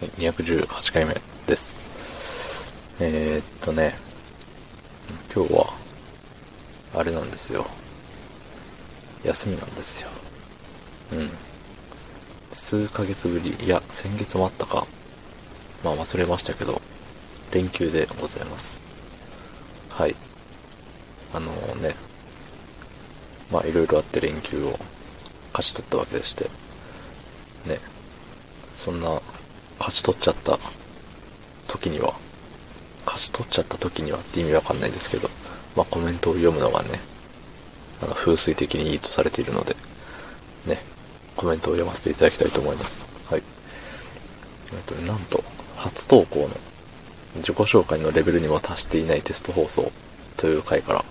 218回目です。今日は、あれなんですよ。休みなんですよ。うん。数ヶ月ぶり、いや、先月もあったか。まあ忘れましたけど、連休でございます。はい。あのね、まあいろいろあって連休を勝ち取ったわけでして、ね、そんな、勝ち取っちゃった時には、勝ち取っちゃった時にはって意味わかんないですけど、まあコメントを読むのがね、風水的にいいとされているので、ね、コメントを読ませていただきたいと思います。はい。なんと、初投稿の自己紹介のレベルにも達していないテスト放送という回の、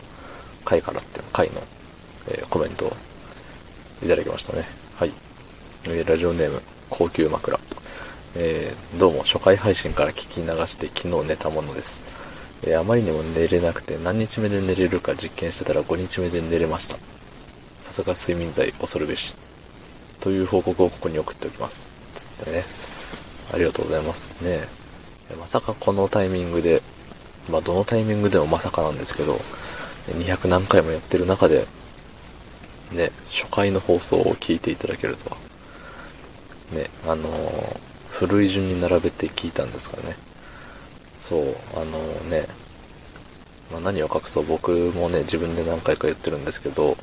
コメントをいただきましたね。はい。ラジオネーム、高級枕。どうも初回配信から聞き流して昨日寝たものです。あまりにも寝れなくて何日目で寝れるか実験してたら5日目で寝れました。さすが睡眠剤恐るべし。という報告をここに送っておきます。つってね。ありがとうございますね。まさかこのタイミングで、まあどのタイミングでもまさかなんですけど、200何回もやってる中で、ね、初回の放送を聞いていただけるとは。ね、古い順に並べて聞いたんですからね。そう、まあ、何を隠そう僕もね、自分で何回か言ってるんですけど、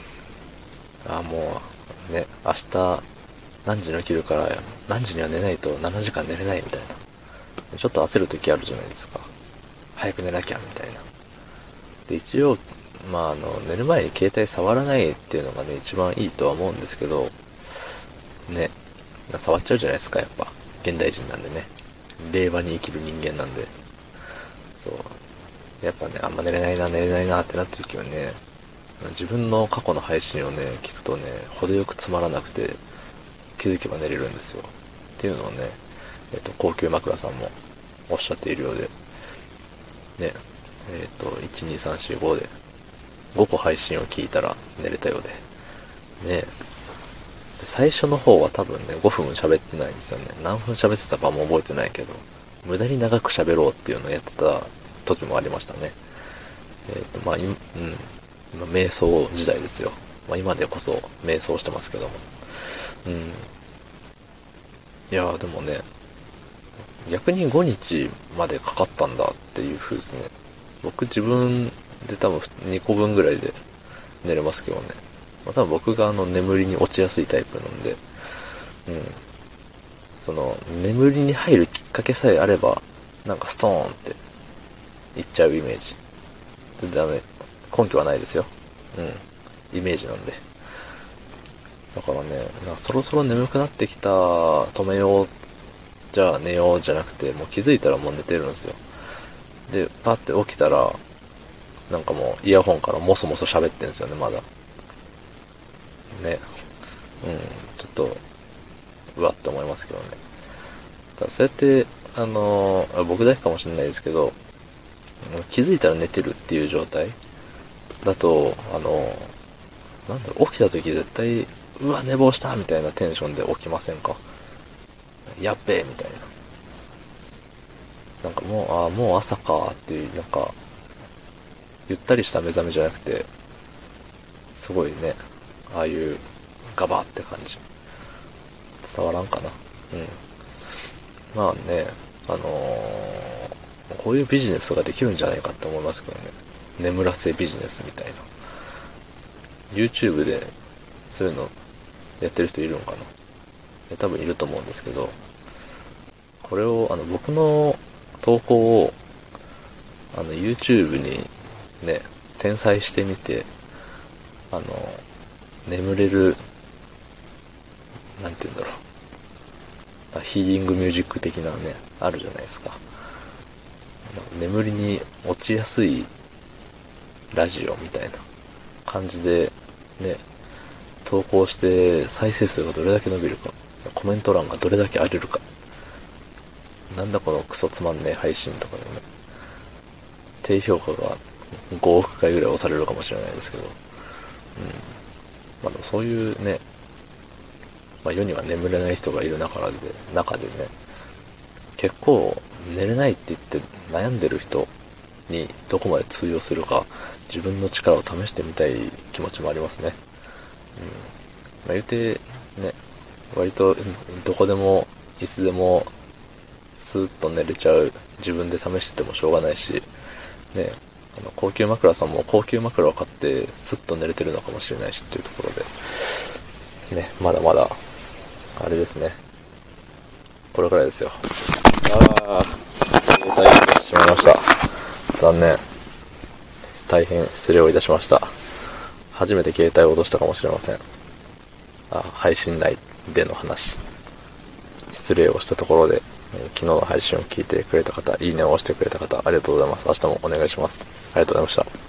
もう、ね、明日、何時に起きるから、何時には寝ないと7時間寝れないみたいな。ちょっと焦る時あるじゃないですか。早く寝なきゃ、みたいな。で、一応、まあ、寝る前に携帯触らないっていうのがね、一番いいとは思うんですけど、ね、触っちゃうじゃないですか、やっぱ。現代人なんでね。令和に生きる人間なんで。そう。やっぱね、あんま寝れないなってなった時はね、自分の過去の配信をね、聞くとね、程よくつまらなくて、気づけば寝れるんですよ。っていうのをね、高級枕さんもおっしゃっているようで、ね、1、2、3、4、5で、5個配信を聞いたら寝れたようで、ね、最初の方は多分ね、5分喋ってないんですよね。何分喋ってたかも覚えてないけど、無駄に長く喋ろうっていうのをやってた時もありましたね。まあ、今、瞑想時代ですよ。まあ、今でこそ瞑想してますけども。うん。いやーでもね、逆に5日までかかったんだっていう風ですね。僕自分で多分2個分ぐらいで寝れますけどね。まあ、多分僕が眠りに落ちやすいタイプなんで、うん。眠りに入るきっかけさえあれば、なんかストーンっていっちゃうイメージ。全然根拠はないですよ。うん。イメージなんで。だからね、そろそろ眠くなってきた、止めよう、じゃあ寝ようじゃなくて、もう気づいたらもう寝てるんですよ。で、パッて起きたら、なんかもうイヤホンからもそもそ喋ってんですよね、まだ。ね。うん、ちょっと、うわって思いますけどね。ただそうやって、僕だけかもしれないですけど、気づいたら寝てるっていう状態だと、起きた時絶対、うわ、寝坊したみたいなテンションで起きませんか？やっべえみたいな。なんかもう、もう朝かっていう、なんか、ゆったりした目覚めじゃなくて、すごいね、ああいうガバって感じ。伝わらんかな。うん。まあね、こういうビジネスができるんじゃないかって思いますけどね。眠らせビジネスみたいな。YouTube でそういうのやってる人いるのかな。多分いると思うんですけど、これを、僕の投稿を、YouTube にね、転載してみて、あの、眠れる、なんて言うんだろう。ヒーリングミュージック的なね、あるじゃないですか。眠りに落ちやすいラジオみたいな感じで、ね、投稿して再生数がどれだけ伸びるか、コメント欄がどれだけ荒れるか、なんだこのクソつまんねえ配信とかでね、低評価が5億回ぐらい押されるかもしれないですけど、まあでもそういうね、まあ世には眠れない人がいる中でね、 結構寝れないって言って悩んでる人にどこまで通用するか、自分の力を試してみたい気持ちもありますね。言うてね、割とどこでもいつでもスーッと寝れちゃう自分で試しててもしょうがないしね、高級枕さんも高級枕を買ってスッと寝れてるのかもしれないしっていうところでね、まだまだあれですね、これくらいですよ。携帯を落としてしまいました。残念。大変失礼をいたしました。初めて携帯を落としたかもしれません。配信内での話、失礼をしたところで、昨日の配信を聞いてくれた方、いいねを押してくれた方、ありがとうございます。明日もお願いします。ありがとうございました。